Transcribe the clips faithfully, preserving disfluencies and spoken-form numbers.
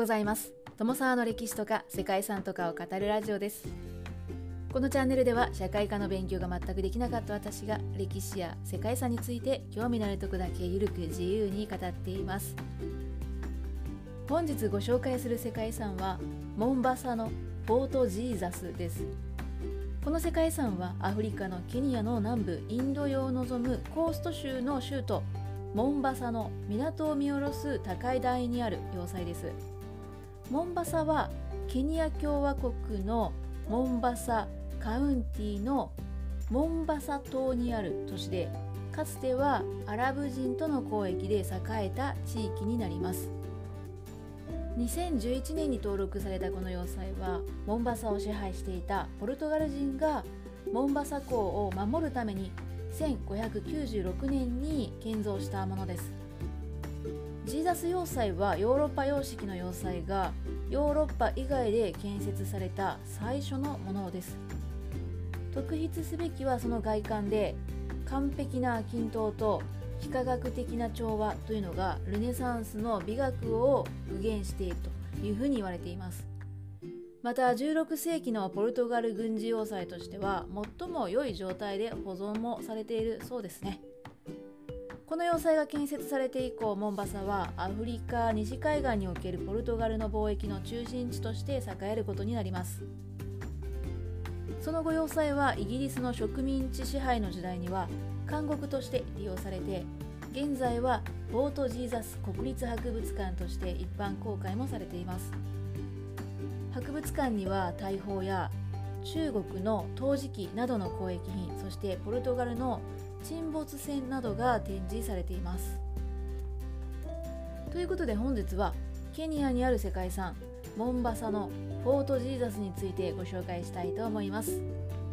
ございます。友沢の歴史とか世界遺産とかを語るラジオです。このチャンネルでは社会科の勉強が全くできなかった私が歴史や世界遺産について興味のあるとこだけゆるく自由に語っています。本日ご紹介する世界遺産はモンバサのフォートジーザスです。この世界遺産はアフリカのケニアの南部インド洋を望むコースト州の州都モンバサの港を見下ろす高い台にある要塞です。モンバサはケニア共和国のモンバサカウンティのモンバサ島にある都市で、かつてはアラブ人との交易で栄えた地域になります。にせんじゅういちねんに登録されたこの要塞は、モンバサを支配していたポルトガル人がモンバサ港を守るためにせんごひゃくきゅうじゅうろくねんに建造したものです。ジーザス要塞はヨーロッパ様式の要塞がヨーロッパ以外で建設された最初のものです。特筆すべきはその外観で、完璧な均等と幾何学的な調和というのがルネサンスの美学を具現しているというふうに言われています。またじゅうろくせいきのポルトガル軍事要塞としては最も良い状態で保存もされているそうですね。この要塞が建設されて以降、モンバサはアフリカ西海岸におけるポルトガルの貿易の中心地として栄えることになります。その後要塞はイギリスの植民地支配の時代には監獄として利用されて、現在はフォートジーザス国立博物館として一般公開もされています。博物館には大砲や中国の陶磁器などの交易品、そしてポルトガルの沈没船などが展示されています。ということで本日はケニアにある世界遺産モンバサのフォートジーザスについてご紹介したいと思います。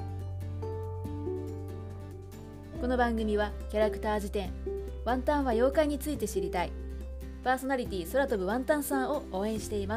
この番組はキャラクター辞典ワンタンは妖怪について知りたいパーソナリティ空飛ぶワンタンさんを応援しています。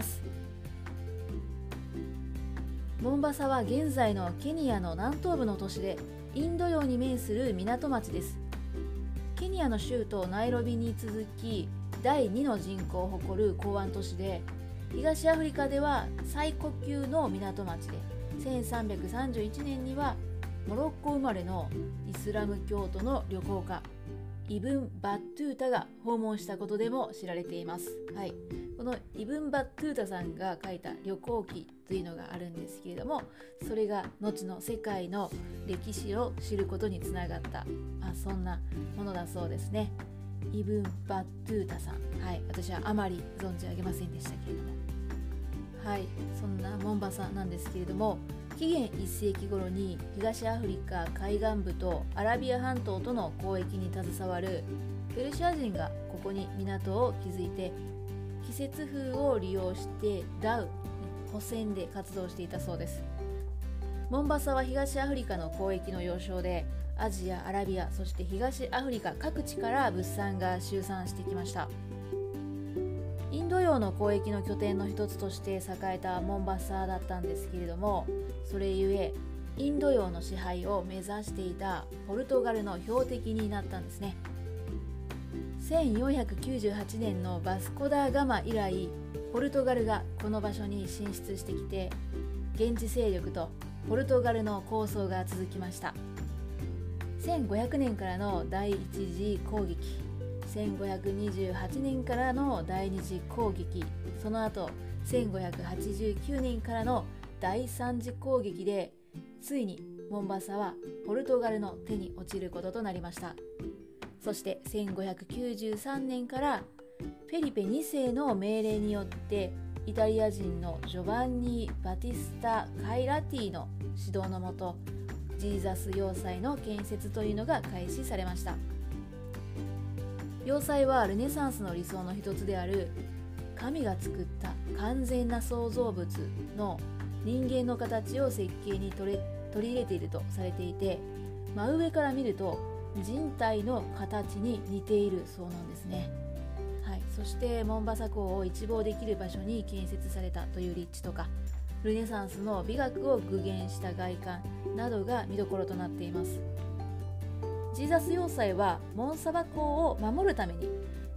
モンバサは現在のケニアの南東部の都市で、インド洋に面する港町です。ケニアの州都ナイロビに続きだいにの人口を誇る港湾都市で、東アフリカでは最古級の港町で、せんさんびゃくさんじゅういちねんにはモロッコ生まれのイスラム教徒の旅行家イブン・バットゥータが訪問したことでも知られています。はい、このイブン・バットゥータさんが書いた旅行記というのがあるんですけれども、それが後の世界の歴史を知ることにつながった、まあ、そんなものだそうですね。イブン・バットゥータさん、はい、私はあまり存じ上げませんでしたけれども、はい、そんなモンバサなんですけれども、紀元いっせいき頃に東アフリカ海岸部とアラビア半島との交易に携わるペルシア人がここに港を築いて、季節風を利用してダウ、補船で活動していたそうです。モンバサは東アフリカの交易の要衝で、アジア、アラビア、そして東アフリカ各地から物産が集散してきました。インド洋の交易の拠点の一つとして栄えたモンバサだったんですけれども、それゆえインド洋の支配を目指していたポルトガルの標的になったんですね。せんよんひゃくきゅうじゅうはちねんのバスコ・ダ・ガマ以来、ポルトガルがこの場所に進出してきて、現地勢力とポルトガルの抗争が続きました。せんごひゃくねんからの第一次攻撃、せんごひゃくにじゅうはちねんからの第二次攻撃、その後せんごひゃくはちじゅうきゅうねんからの第三次攻撃で、ついにモンバサはポルトガルの手に落ちることとなりました。そしてせんごひゃくきゅうじゅうさんねんからフェリペにせいの命令によってイタリア人のジョバンニ・バティスタ・カイラティの指導のもと、ジーザス要塞の建設というのが開始されました。要塞はルネサンスの理想の一つである神が作った完全な創造物の人間の形を設計に取れ取り入れているとされていて、真上から見ると人体の形に似ているそうなんですね。はい、そしてモンバサ港を一望できる場所に建設されたという立地とか、ルネサンスの美学を具現した外観などが見どころとなっています。ジーザス要塞はモンサバ港を守るために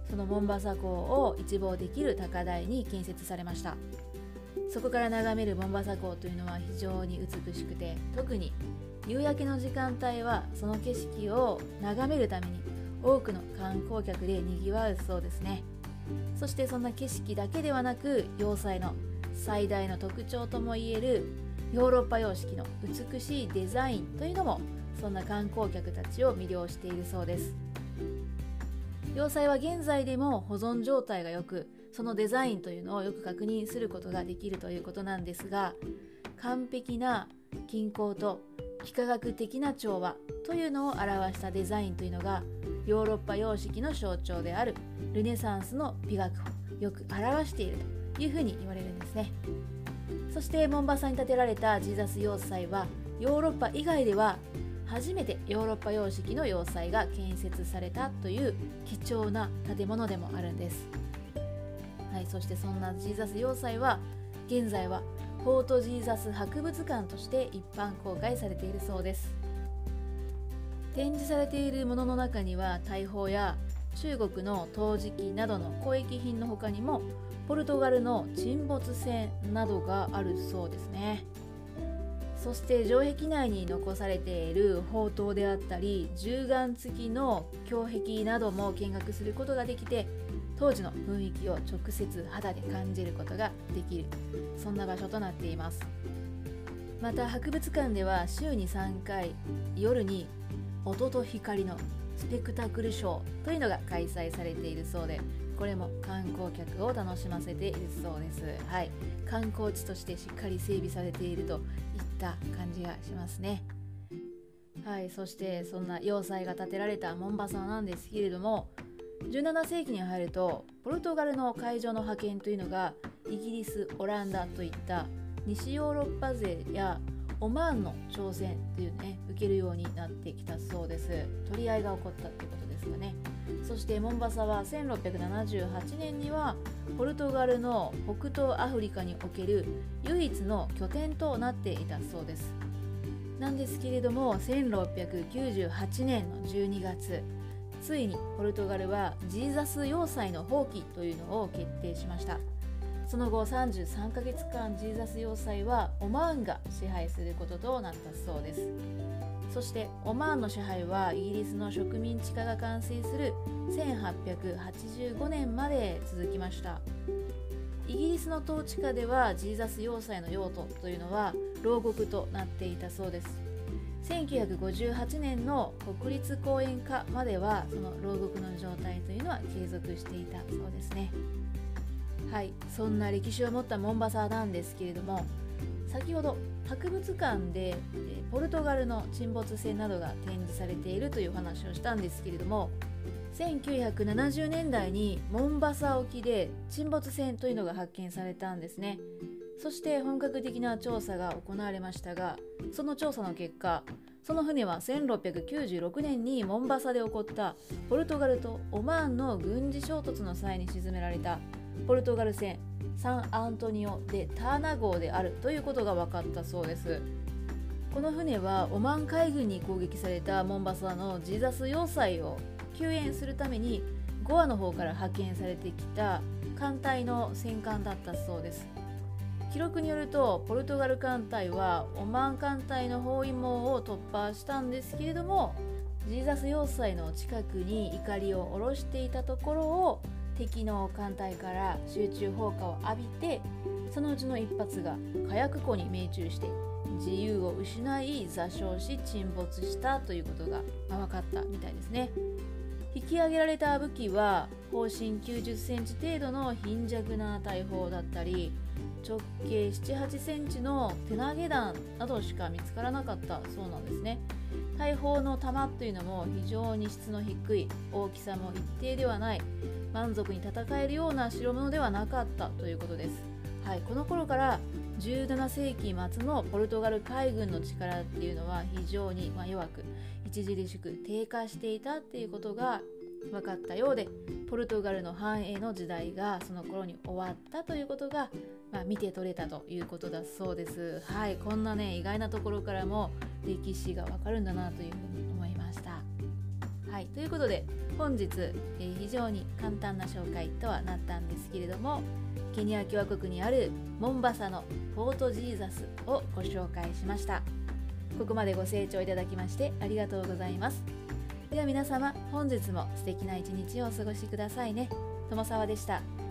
そのモンバサ港を一望できる高台に建設されました。そこから眺めるモンバサ港というのは非常に美しくて、特に夕焼けの時間帯はその景色を眺めるために多くの観光客でにぎわうそうですね。そしてそんな景色だけではなく、要塞の最大の特徴ともいえるヨーロッパ様式の美しいデザインというのもそんな観光客たちを魅了しているそうです。要塞は現在でも保存状態が良く、そのデザインというのをよく確認することができるということなんですが、完璧な均衡と幾何学的な調和というのを表したデザインというのがヨーロッパ様式の象徴であるルネサンスの美学をよく表しているというふうに言われるんですね。そしてモンバサに建てられたジーザス要塞はヨーロッパ以外では初めてヨーロッパ様式の要塞が建設されたという貴重な建物でもあるんです。はい、そしてそんなジーザス要塞は現在はフォートジーザス博物館として一般公開されているそうです。展示されているものの中には大砲や中国の陶磁器などの交易品の他にもポルトガルの沈没船などがあるそうですね。そして城壁内に残されている砲塔であったり銃眼付きの胸壁なども見学することができて、当時の雰囲気を直接肌で感じることができる、そんな場所となっています。また博物館では週にさんかい夜に音と光のスペクタクルショーというのが開催されているそうで、これも観光客を楽しませているそうです。はい、観光地としてしっかり整備されているといった感じがしますね。はい、そしてそんな要塞が建てられたモンバサなんですけれども、じゅうななせいきに入るとポルトガルの海上の覇権というのがイギリス、オランダといった西ヨーロッパ勢やオマーンの挑戦というね受けるようになってきたそうです。取り合いが起こったということですかね。そしてモンバサはせんろっぴゃくななじゅうはちねんにはポルトガルの北東アフリカにおける唯一の拠点となっていたそうです。なんですけれどもせんろっぴゃくきゅうじゅうはちねんのじゅうにがつ、ついにポルトガルはジーザス要塞の放棄というのを決定しました。その後さんじゅうさんかげつかんジーザス要塞はオマーンが支配することとなったそうです。そしてオマーンの支配はイギリスの植民地化が完成するせんはっぴゃくはちじゅうごねんまで続きました。イギリスの統治下ではジーザス要塞の用途というのは牢獄となっていたそうです。せんきゅうひゃくごじゅうはちねんの国立公園化まではその牢獄の状態というのは継続していたそうですね。はい、そんな歴史を持ったモンバサなんですけれども、先ほど博物館でポルトガルの沈没船などが展示されているという話をしたんですけれども、せんきゅうひゃくななじゅうねんだいにモンバサ沖で沈没船というのが発見されたんですね。そして本格的な調査が行われましたが、その調査の結果、その船はせんろっぴゃくきゅうじゅうろくねんにモンバサで起こったポルトガルとオマーンの軍事衝突の際に沈められたポルトガル船サンアントニオ・デ・ターナ号であるということが分かったそうです。この船はオマーン海軍に攻撃されたモンバサのジーザス要塞を救援するためにゴアの方から派遣されてきた艦隊の戦艦だったそうです。記録によるとポルトガル艦隊はオマーン艦隊の包囲網を突破したんですけれども、ジーザス要塞の近くに怒りを下ろしていたところを敵の艦隊から集中砲火を浴びて、そのうちの一発が火薬庫に命中して自由を失い座礁し沈没したということが分かったみたいですね。引き上げられた武器は砲身きゅうじゅっセンチ程度の貧弱な大砲だったり、直径ななはちセンチの手投げ弾などしか見つからなかったそうなんですね。大砲の弾というのも非常に質の低い、大きさも一定ではない、満足に戦えるような代物ではなかったということです。はい、この頃からじゅうななせいきまつのポルトガル海軍の力っていうのは非常にまあ弱く、著しく低下していたっていうことが分かったようで、ポルトガルの繁栄の時代がその頃に終わったということが、まあ、見て取れたということだそうです。はい、こんなね意外なところからも歴史が分かるんだなというふうに思いました。ははい、ということで本日、えー、非常に簡単な紹介とはなったんですけれども、ケニア共和国にあるモンバサのフォートジーザスをご紹介しました。ここまでご清聴いただきましてありがとうございます。では皆様、本日も素敵な一日をお過ごしくださいね。友沢でした。